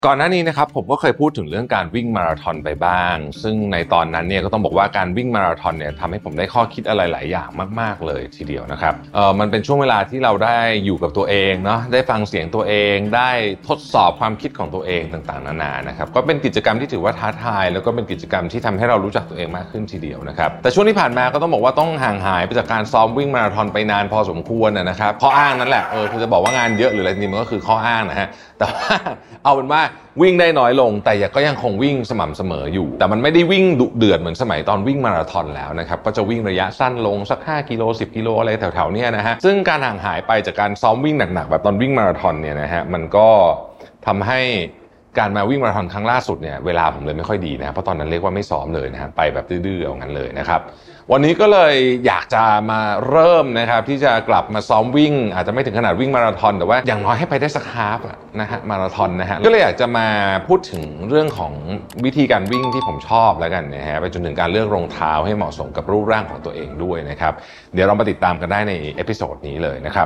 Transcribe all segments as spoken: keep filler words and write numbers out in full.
ก่อนหน้านี้นะครับผมก็เคยพูดถึงเรื่องการวิ่งมาราธอนไปบ้างซึ่งในตอนนั้นเนี่ยก็ต้องบอกว่าการวิ่งมาราธอนเนี่ยทำให้ผมได้ข้อคิดอะไรหลายอย่างมากๆเลยทีเดียวนะครับเอ่อมันเป็นช่วงเวลาที่เราได้อยู่กับตัวเองเนาะได้ฟังเสียงตัวเองได้ทดสอบความคิดของตัวเองต่างๆนานานะครับก็เป็นกิจกรรมที่ถือว่าท้าทายแล้วก็เป็นกิจกรรมที่ทำให้เรารู้จักตัวเองมากขึ้นทีเดียวนะครับแต่ช่วงที่ผ่านมาก็ต้องบอกว่าต้องห่างหายไปจากการซ้อมวิ่งมาราธอนไปนานพอสมควรนะครับข้ออ้างนั่นแหละเออคือจะบอกว่างานเยอะหรืออะไรนี่มันก็คือข้ออ้างนะฮะแต่ว่าเอาเป็นว่าวิ่งได้น้อยลงแต่ก็ยังคงวิ่งสม่ำเสมออยู่แต่มันไม่ได้วิ่งดุเดือดเหมือนสมัยตอนวิ่งมาราธอนแล้วนะครับก็จะวิ่งระยะสั้นลงสักห้ากิโลสิบกิโลอะไรแถวๆนี้นะฮะซึ่งการห่างหายไปจากการซ้อมวิ่งหนักๆแบบตอนวิ่งมาราธอนเนี่ยนะฮะมันก็ทำให้การมาวิ่งมาราธอนครั้งล่าสุดเนี่ยเวลาผมเลยไม่ค่อยดีนะเพราะตอนนั้นเรียกว่าไม่ซ้อมเลยนะฮะไปแบบดื้อๆเอางั้นเลยนะครับวันนี้ก็เลยอยากจะมาเริ่มนะครับที่จะกลับมาซ้อมวิ่งอาจจะไม่ถึงขนาดวิ่งมาราธอนแต่ว่าอย่างน้อยให้ไปได้สักฮาล์ฟนะฮะมาราธอนนะฮะก็เลยอยากจะมาพูดถึงเรื่องของวิธีการวิ่งที่ผมชอบแล้วกันนะฮะไปจนถึงการเลือกรองเท้าให้เหมาะสมกับรูปร่างของตัวเองด้วยนะครับเดี๋ยวเรามาติดตามกันได้ในเอพิโซดนี้เลยนะครับ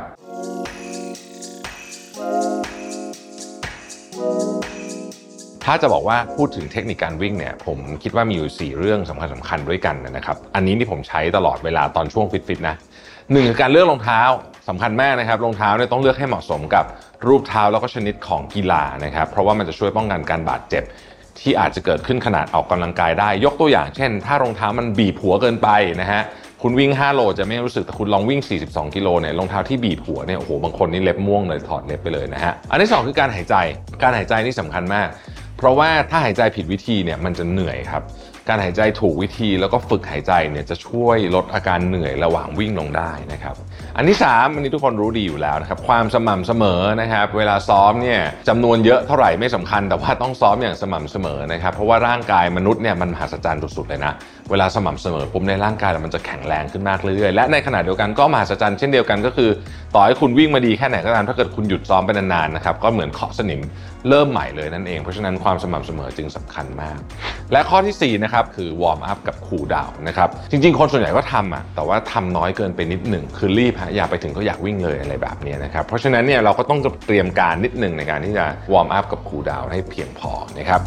ถ้าจะบอกว่าพูดถึงเทคนิคการวิ่งเนี่ยผมคิดว่ามีอยู่สี่เรื่องสำคัญสำคัญด้วยกันนะครับอันนี้ที่ผมใช้ตลอดเวลาตอนช่วงฟิตๆนะหนึ่งคือการเลือกรองเท้าสำคัญมากนะครับรองเท้าเนี่ยต้องเลือกให้เหมาะสมกับรูปเท้าแล้วก็ชนิดของกีฬานะครับเพราะว่ามันจะช่วยป้องกันการบาดเจ็บที่อาจจะเกิดขึ้นขณะออกกำลังกายได้ยกตัวอย่างเช่นถ้ารองเท้ามันบีบหัวเกินไปนะฮะคุณวิ่งห้าโลจะไม่รู้สึกแต่คุณลองวิ่งสี่สิบสองกิโลเนี่ยรองเท้าที่บีบหัวเนี่ยโอ้โหบางคนนี่เล็บม่วงเลยถอดเล็บไปเลยนะฮะอันที่สองคือการหายใจการหายใจนี่สำคัญมากเพราะว่าถ้าหายใจผิดวิธีเนี่ยมันจะเหนื่อยครับการหายใจถูกวิธีแล้วก็ฝึกหายใจเนี่ยจะช่วยลดอาการเหนื่อยระหว่างวิ่งลงได้นะครับอันที่สามอันนี้ทุกคนรู้ดีอยู่แล้วนะครับความสม่ำเสมอนะครับเวลาซ้อมเนี่ยจำนวนเยอะเท่าไหร่ไม่สำคัญแต่ว่าต้องซ้อมอย่างสม่ำเสมอนะครับเพราะว่าร่างกายมนุษย์เนี่ยมันมหัศจรรย์สุดๆเลยนะเวลาสม่ำเสมอปุ๊บในร่างกายมันจะแข็งแรงขึ้นมากเรื่อยๆและในขณะเดียวกันก็มหัศจรรย์เช่นเดียวกันก็คือต่อให้คุณวิ่งมาดีแค่ไหนก็ตามถ้าเกิดคุณหยุดซ้อมไปนานๆนะครับก็เหมือนเคาะสนิมเริ่มใหม่เลยนั่นเองเพราะฉะนั้นความสม่ำเสมอจึงสำคัญมากและข้อที่สี่นะครับคือวอร์มอัพกับคูลดาวน์นะครับจริงๆคนส่วนใหญ่ก็ทำอ่ะแต่ว่าทำน้อยเกินไปนิดหนึ่งคือรีบฮะอยากไปถึงก็อยากวิ่งเลยอะไรแบบนี้นะครับเพราะฉะนั้นเนี่ยเราก็ต้องเตรียมการนิดหนึ่งในการที่จะวอร์มอัพกับคูลดาวน์ให้เพียงพอนะครับ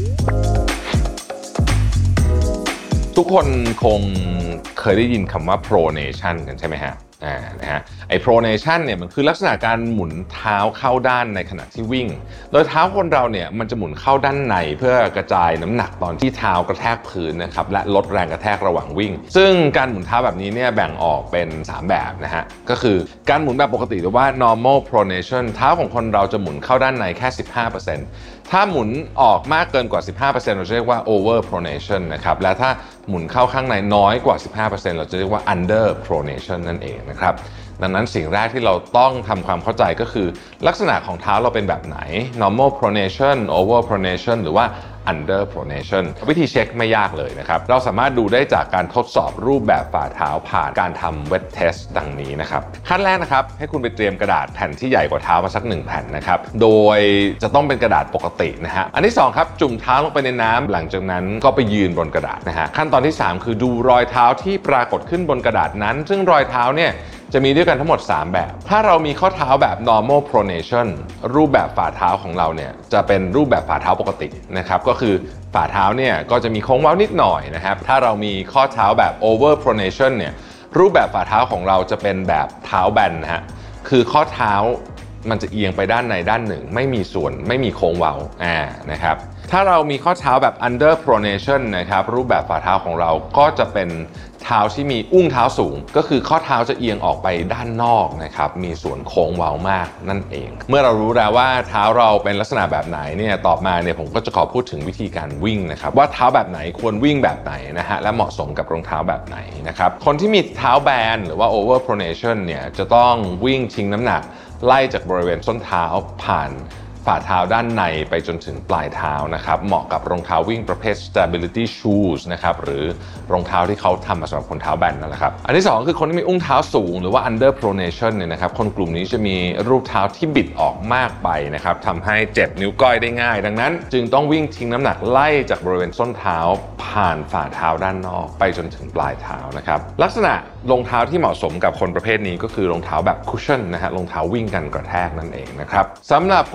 ทุกคนคงเคยได้ยินคำว่า pronation กันใช่ไหมฮะอ่านะฮะไอ้ pronation เนี่ยมันคือลักษณะการหมุนเท้าเข้าด้านในขณะที่วิ่งโดยเท้าคนเราเนี่ยมันจะหมุนเข้าด้านในเพื่อกระจายน้ำหนักตอนที่เท้ากระแทกพื้นนะครับและลดแรงกระแทกระหว่างวิ่งซึ่งการหมุนเท้าแบบนี้เนี่ยแบ่งออกเป็นสามแบบนะฮะก็คือการหมุนแบบปกติหรือว่า normal pronation เท้าของคนเราจะหมุนเข้าด้านในแค่ สิบห้าเปอร์เซ็นต์ ถ้าหมุนออกมากเกินกว่า สิบห้าเปอร์เซ็นต์ เราจะเรียกว่า over pronation นะครับและถ้าหมุนเข้าข้างในน้อยกว่า สิบห้าเปอร์เซ็นต์ เราจะเรียกว่า under pronation นั่นเองนะครับดังนั้นสิ่งแรกที่เราต้องทำความเข้าใจก็คือลักษณะของเท้าเราเป็นแบบไหน normal pronation over pronation หรือว่า under pronation วิธีเช็คไม่ยากเลยนะครับเราสามารถดูได้จากการทดสอบรูปแบบฝ่าเท้าผ่านการทำ wet test ดังนี้นะครับขั้นแรกนะครับให้คุณไปเตรียมกระดาษแผ่นที่ใหญ่กว่าเท้ามาสักหนึ่งแผ่นนะครับโดยจะต้องเป็นกระดาษปกตินะฮะอันที่สองครับจุ่มเท้าลงไปในน้ำหลังจากนั้นก็ไปยืนบนกระดาษนะฮะขั้นตอนที่สามคือดูรอยเท้าที่ปรากฏขึ้นบนกระดาษนั้นซึ่งรอยเท้าเนี่ยจะมีด้วยกันทั้งหมดสามแบบถ้าเรามีข้อเท้าแบบ normal pronation รูปแบบฝ่าเท้าของเราเนี่ยจะเป็นรูปแบบฝ่าเท้าปกตินะครับก็คือฝ่าเท้าเนี่ยก็จะมีโค้งเว้านิดหน่อยนะครับถ้าเรามีข้อเท้าแบบ over pronation เนี่ยรูปแบบฝ่าเท้าของเราจะเป็นแบบเท้าแบนนะฮะคือข้อเท้ามันจะเอียงไปด้านในด้านหนึ่งไม่มีส่วนไม่มีโค้งเว้าอ่านะครับถ้าเรามีข้อเท้าแบบ under pronation นะครับรูปแบบฝ่าเท้าของเราก็จะเป็นเท้าที่มีอุ้งเท้าสูงก็คือข้อเท้าจะเอียงออกไปด้านนอกนะครับมีส่วนโค้งเว้ามากนั่นเองเมื่อเรารู้แล้วว่าเท้าเราเป็นลักษณะแบบไหนเนี่ยต่อมาเนี่ยผมก็จะขอพูดถึงวิธีการวิ่งนะครับว่าเท้าแบบไหนควรวิ่งแบบไหนนะฮะและเหมาะสมกับรองเท้าแบบไหนนะครับคนที่มีเท้าแบนหรือว่า over pronation เนี่ยจะต้องวิ่งทิ้งน้ำหนักไล่จากบริเวณส้นเท้าผ่านฝ่าเท้าด้านในไปจนถึงปลายเท้านะครับเหมาะกับรองเท้าวิ่งประเภท stability shoes นะครับหรือรองเท้าที่เขาทำมาสำหรับคนเท้าแบนนั่นแหละครับอันที่สองคือคนที่มีอุ้งเท้าสูงหรือว่า under pronation เนี่ยนะครับคนกลุ่มนี้จะมีรูปเท้าที่บิดออกมากไปนะครับทำให้เจ็บนิ้วก้อยได้ง่ายดังนั้นจึงต้องวิ่งทิ้งน้ำหนักไล่จากบริเวณส้นเท้าผ่านฝ่าเท้าด้านนอกไปจนถึงปลายเท้านะครับลักษณะรองเท้าที่เหมาะสมกับคนประเภทนี้ก็คือรองเท้าแบบ cushion นะฮะรองเท้าวิ่งกันกระแทกนั่นเองนะครับสำหรับคนที่มี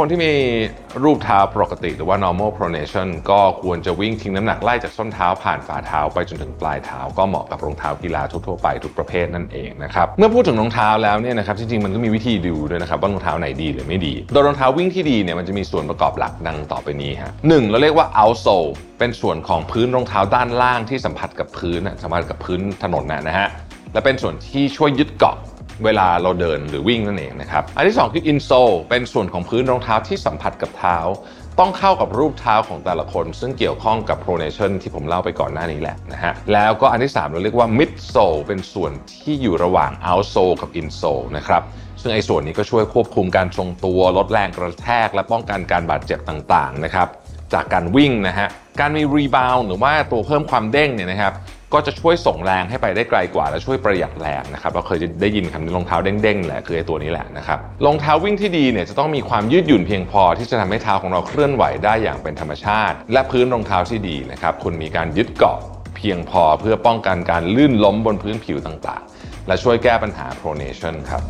รูปเท้าปกติหรือว่า normal pronation ก็ควรจะวิ่งทิ้งน้ำหนักไล่จากส้นเท้าผ่านฝ่าเท้าไปจนถึงปลายเท้าก็เหมาะกับรองเท้ากีฬาทั่วๆไปทุกประเภทนั่นเองนะครับเมื่อพูดถึงรองเท้าแล้วเนี่ยนะครับจริงๆมันก็มีวิธีดูด้วยนะครับว่ารองเท้าไหนดีหรือไม่ดีโดยรองเท้าวิ่งที่ดีเนี่ยมันจะมีส่วนประกอบหลักดังต่อไปนี้ฮะหนึ่งเราเรียกว่า outsole เป็นส่วนของพื้นรองเท้าด้านล่างที่สัมผัสกับพื้นสัมผัสกับพื้นถนนนะฮะและเป็นส่วนที่ช่วยยึดเกาะเวลาเราเดินหรือวิ่งนั่นเองนะครับอันที่สองคือ insole เป็นส่วนของพื้นรองเท้าที่สัมผัสกับเท้าต้องเข้ากับรูปเท้าของแต่ละคนซึ่งเกี่ยวข้องกับ pronation ที่ผมเล่าไปก่อนหน้านี้แหละนะฮะแล้วก็อันที่สามเราเรียกว่า midsole เป็นส่วนที่อยู่ระหว่าง outsole กับ insole นะครับซึ่งไอ้ส่วนนี้ก็ช่วยควบคุมการทรงตัวลดแรงกระแทกและป้องกันการบาดเจ็บต่างๆนะครับจากการวิ่งนะฮะการมี rebound หรือว่าตัวเพิ่มความเด้งเนี่ยนะครับก็จะช่วยส่งแรงให้ไปได้ไกลกว่าและช่วยประหยัดแรงนะครับเราเคยจะได้ยินคำนี้รองเท้าเด้งๆแหละคือไอ้ตัวนี้แหละนะครับรองเท้าวิ่งที่ดีเนี่ยจะต้องมีความยืดหยุ่นเพียงพอที่จะทำให้เท้าของเราเคลื่อนไหวได้อย่างเป็นธรรมชาติและพื้นรองเท้าที่ดีนะครับคุณมีการยึดเกาะเพียงพอเพื่อป้องกันการลื่นล้มบนพื้นผิวต่างๆและช่วยแก้ปัญหา pronation ครับ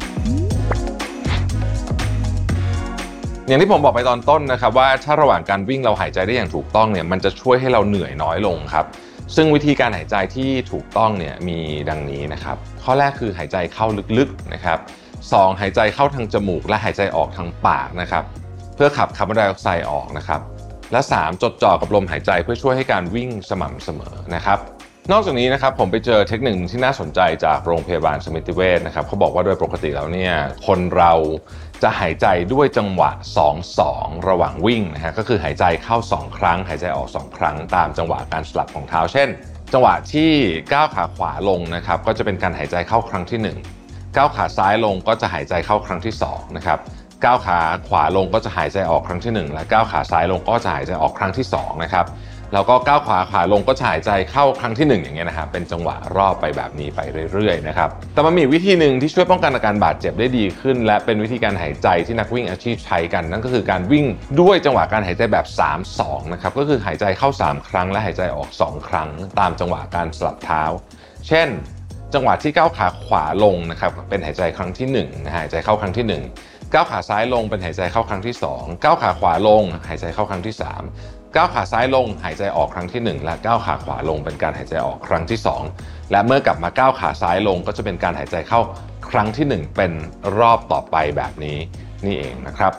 อย่างที่ผมบอกไปตอนต้นนะครับว่าถ้าระหว่างการวิ่งเราหายใจได้อย่างถูกต้องเนี่ยมันจะช่วยให้เราเหนื่อยน้อยลงครับซึ่งวิธีการหายใจที่ถูกต้องเนี่ยมีดังนี้นะครับข้อแรกคือหายใจเข้าลึกๆนะครับสองหายใจเข้าทางจมูกและหายใจออกทางปากนะครับเพื่อขับคาร์บอนไดออกไซด์ออกนะครับและสามจดจ่อกับลมหายใจเพื่อช่วยให้การวิ่งสม่ำเสมอนะครับนอกจากนี้นะครับผมไปเจอเทคนิคที่น่าสนใจจากโรงพยาบาลสมิติเวชนะครับเขาบอกว่าโดยปกติแล้วเนี่ยคนเราจะหายใจด้วยจังหวะ สอง สอง ระหว่างวิ่งนะฮะก็คือหายใจเข้าสองครั้งหายใจออกสองครั้งตามจังหวะการสลับของเท้าเช่นจังหวะที่ก้าวขาขวาลงนะครับก็จะเป็นการหายใจเข้าครั้งที่หนึ่งก้าวขาซ้ายลงก็จะหายใจเข้าครั้งที่สองนะครับก้าวขาขวาลงก็จะหายใจออกครั้งที่หนึ่งและก้าวขาซ้ายลงก็จะหายใจออกครั้งที่สองนะครับแล้วก็ก้าวขวาขวาลงก็จะหายใจเข้าครั้งที่หนึ่งอย่างเงี้ยนะครับเป็นจังหวะรอบไปแบบนี้ไปเรื่อยๆนะครับแต่มันมีวิธีหนึ่งที่ช่วยป้องกันอาการบาดเจ็บได้ดีขึ้นและเป็นวิธีการหายใจที่นักวิ่งอาชีพใช้กันนั่นก็คือการวิ่งด้วยจังหวะการหายใจแบบ สาม สอง นะครับก็คือหายใจเข้าสามครั้งและหายใจออกสองครั้งตามจังหวะการสลับเท้าเช่นจังหวะที่ก้าวขาขวาลงนะครับเป็นหายใจครั้งที่หนึ่งนะหายใจเข้าครั้งที่หนึ่งก้าวขาซ้ายลงเป็นหายใจเข้าครั้งที่สองก้าวขาขวาลงหายใจเข้าครั้งที่สามก้าวขาซ้ายลงหายใจออกครั้งที่หนึ่งและก้าวขาขวาลงเป็นการหายใจออกครั้งที่สองและเมื่อกลับมาก้าวขาซ้ายลงก็จะเป็นการหายใจเข้าครั้งที่หนึ่งเป็นรอบต่อไปแบบนี้นี่เองนะครับ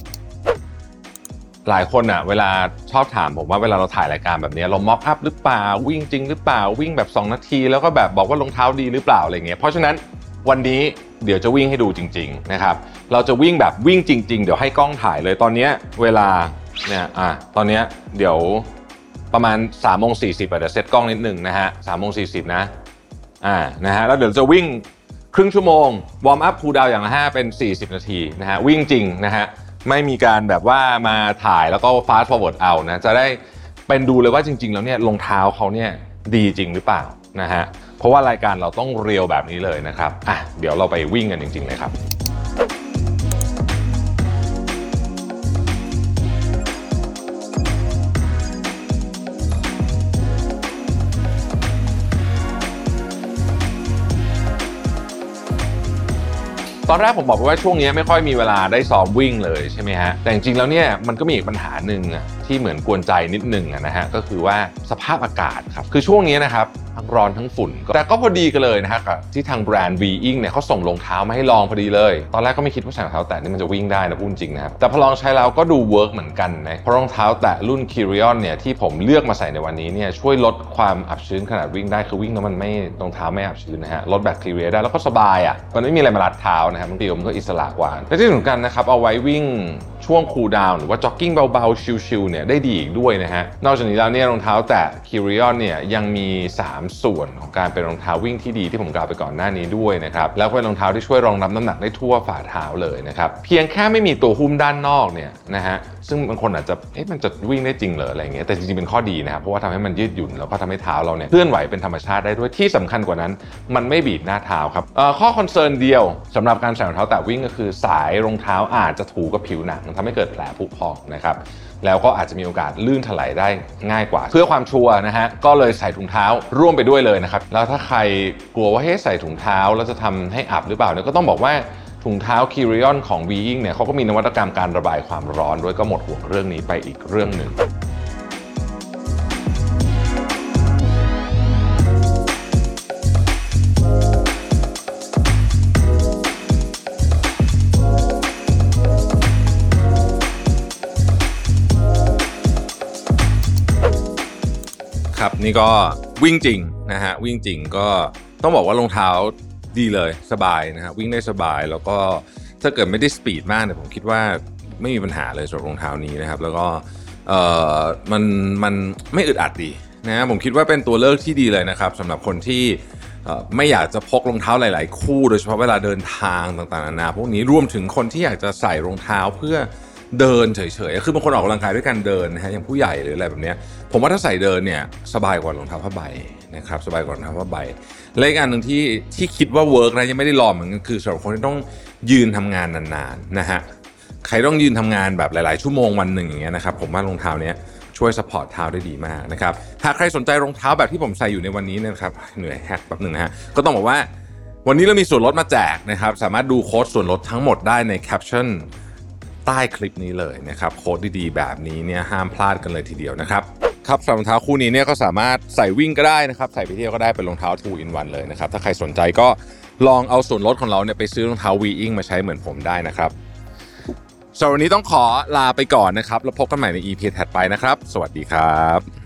หลายคนอ่ะเวลาชอบถามผมว่าเวลาเราถ่ายรายการแบบนี้เราม็อกอัพหรือเปล่าวิ่งจริงหรือเปล่าวิ่งแบบสองนาทีแล้วก็แบบบอกว่ารองเท้าดีหรือเปล่าอะไรเงี้ยเพราะฉะนั้นวันนี้เดี๋ยวจะวิ่งให้ดูจริงๆนะครับเราจะวิ่งแบบวิ่งจริงๆเดี๋ยวให้กล้องถ่ายเลยตอนนี้เวลาเนี่ยอ่ะตอนนี้เดี๋ยวประมาณสามโมงสี่สิบอ่ะเดี๋ยวเซตกล้องนิดหนึ่งนะฮะสามโมงสี่สิบนะอ่านะฮะแล้วเดี๋ยวจะวิ่งครึ่งชั่วโมงวอร์มอัพคูลดาวน์อย่างละห้าเป็นสี่สิบนาทีนะฮะวิ่งจริงนะฮะไม่มีการแบบว่ามาถ่ายแล้วก็ฟาสต์ฟอร์เวิร์ดเอานะจะได้เป็นดูเลยว่าจริงๆแล้วเนี่ยรองเท้าเขาเนี่ยดีจริงหรือเปล่านะฮะเพราะว่ารายการเราต้องเรียวแบบนี้เลยนะครับอ่ะเดี๋ยวเราไปวิ่งกันจริงๆเลยครับตอนแรกผมบอกว่าช่วงนี้ไม่ค่อยมีเวลาได้ซ้อมวิ่งเลยใช่ไหมฮะแต่จริงๆแล้วเนี่ยมันก็มีอีกปัญหาหนึ่งที่เหมือนกวนใจนิดนึงนะฮะก็คือว่าสภาพอากาศครับคือช่วงนี้นะครับทั้งร้อนทั้งฝุ่นแต่ก็พอดีกันเลยนะฮะกับที่ทางแบรนด์ Being เนี่ยเขาส่งรองเท้ามาให้ลองพอดีเลยตอนแรกก็ไม่คิดว่าใส่รองเท้าแตะนี่มันจะวิ่งได้นะพูดจริงนะครับแต่พอลองใช้แล้วก็ดูเวิร์กเหมือนกันนะเพราะรองเท้าแตะรุ่น Kirion เนี่ยที่ผมเลือกมาใส่ในวันนี้เนี่ยช่วยลดความอับชื้นขนาดวิ่งได้คือวิ่งแล้วมันไม่รองเท้าไม่อับชื้นนะฮะลดแบคทีเรียได้แล้วก็สบายอ่ะมันไม่มีอะไรมารัดเท้านะครับบางทีมันก็อิสระกว่าและที่สำคัญนะครับเอาไว้วิ่งช่วงคูลดาวน์หรือว่าจ็อกกิ้งเบาๆชิลๆเนี่ยได้ดีอีกด้วยนะฮะนอกจากนี้แล้วเนี่ยรองเท้าแตะ Kirion เนี่ยยังมีสามส่วนของการเป็นรองเท้าวิ่งที่ดีที่ผมกล่าวไปก่อนหน้านี้ด้วยนะครับแล้วเป็นรองเท้าที่ช่วยรองรับน้ำหนักได้ทั่วฝ่าเท้าเลยนะครับเพียงแค่ไม่มีตัวหุ้มด้านนอกเนี่ยนะฮะซึ่งบางคนอาจจะเอ๊ะมันจะวิ่งได้จริงเหรออะไรเงี้ยแต่จริงๆเป็นข้อดีนะครับเพราะว่าทำให้มันยืดหยุ่นแล้วก็ทำให้เท้าเราเนี่ยเคลื่อนไหวเป็นธรรมชาติได้ด้วยที่สำคัญกว่านั้นมันไม่บีบหน้าเท้าครับข้อคอนเซิร์นเดียวสำหรับการใส่รองเท้าแตะวิ่งก็คือสายรองเท้าอาจจะถูกับผิวหนังทำให้เกิดแผลผุพองนะครับแล้วก็อาจจะมีโอกาสลื่นถลายได้ง่ายกว่าเพื่อความชัวร์นะฮะก็เลยใส่ถุงเท้าร่วมไปด้วยเลยนะครับแล้วถ้าใครกลัวว่าเฮ้ใส่ถุงเท้าแล้วจะทำให้อับหรือเปล่าเนี่ยก็ต้องบอกว่าถถุงเท้า Kirion ของ Weing เนี่ยเขาก็มีนวัตกรรมการระบายความร้อนด้วยก็หมดห่วงเรื่องนี้ไปอีกเรื่องหนึ่งครับนี่ก็วิ่งจริงนะฮะวิ่งจริงก็ต้องบอกว่ารองเท้าดีเลยสบายนะฮะวิ่งได้สบายแล้วก็ถ้าเกิดไม่ได้สปีดมากเนี่ยผมคิดว่าไม่มีปัญหาเลยสำหรับรองเท้านี้นะครับแล้วก็เอ่อมันมันไม่อึดอัดดีนะผมคิดว่าเป็นตัวเลือกที่ดีเลยนะครับสำหรับคนที่ไม่อยากจะพกรองเท้าหลายๆคู่โดยเฉพาะเวลาเดินทางต่างๆนานาพวกนี้รวมถึงคนที่อยากจะใส่รองเท้าเพื่อเดินเฉยๆคือบางคนออกกำลังกายด้วยการเดินนะฮะอย่างผู้ใหญ่หรืออะไรแบบนี้ผมว่าถ้าใส่เดินเนี่ยสบายกว่ารองเท้าผ้าใบนะครับสบายกว่ารองเท้าผ้าใบและอีกอันหนึ่งที่ที่คิดว่าเวิร์กนะยังไม่ได้ลองเหมือนกันคือสำหรับคนที่ต้องยืนทำงานนานๆนะฮะใครต้องยืนทำงานแบบหลายๆชั่วโมงวันหนึ่งอย่างเงี้ยนะครับผมว่ารองเท้านี้ช่วยซัพพอร์ตเท้าได้ดีมากนะครับหากใครสนใจรองเท้าแบบที่ผมใส่อยู่ในวันนี้นะครับเหนื่อยแฮกแป๊บนึงนะฮะก็ต้องบอกว่าวันนี้เรามีส่วนลดมาแจกนะครับสามารถดูโค้ดส่วนลดทั้งหมดได้ในแคปชั่นใต้คลิปนี้เลยนะครับโค้ดดีๆแบบนี้เนี่ยห้ามพลาดกันเลยทีเดียวนะครับครับรองเท้าคู่นี้เนี่ยก็สามารถใส่วิ่งก็ได้นะครับใส่ไปเที่ยวก็ได้เป็นรองเท้า ทู อิน วัน เลยนะครับถ้าใครสนใจก็ลองเอาส่วนลดของเราเนี่ยไปซื้อรองเท้า Weing มาใช้เหมือนผมได้นะครับสำหรับวันนี้ต้องขอลาไปก่อนนะครับแล้วพบกันใหม่ใน อี พี ถัดไปนะครับสวัสดีครับ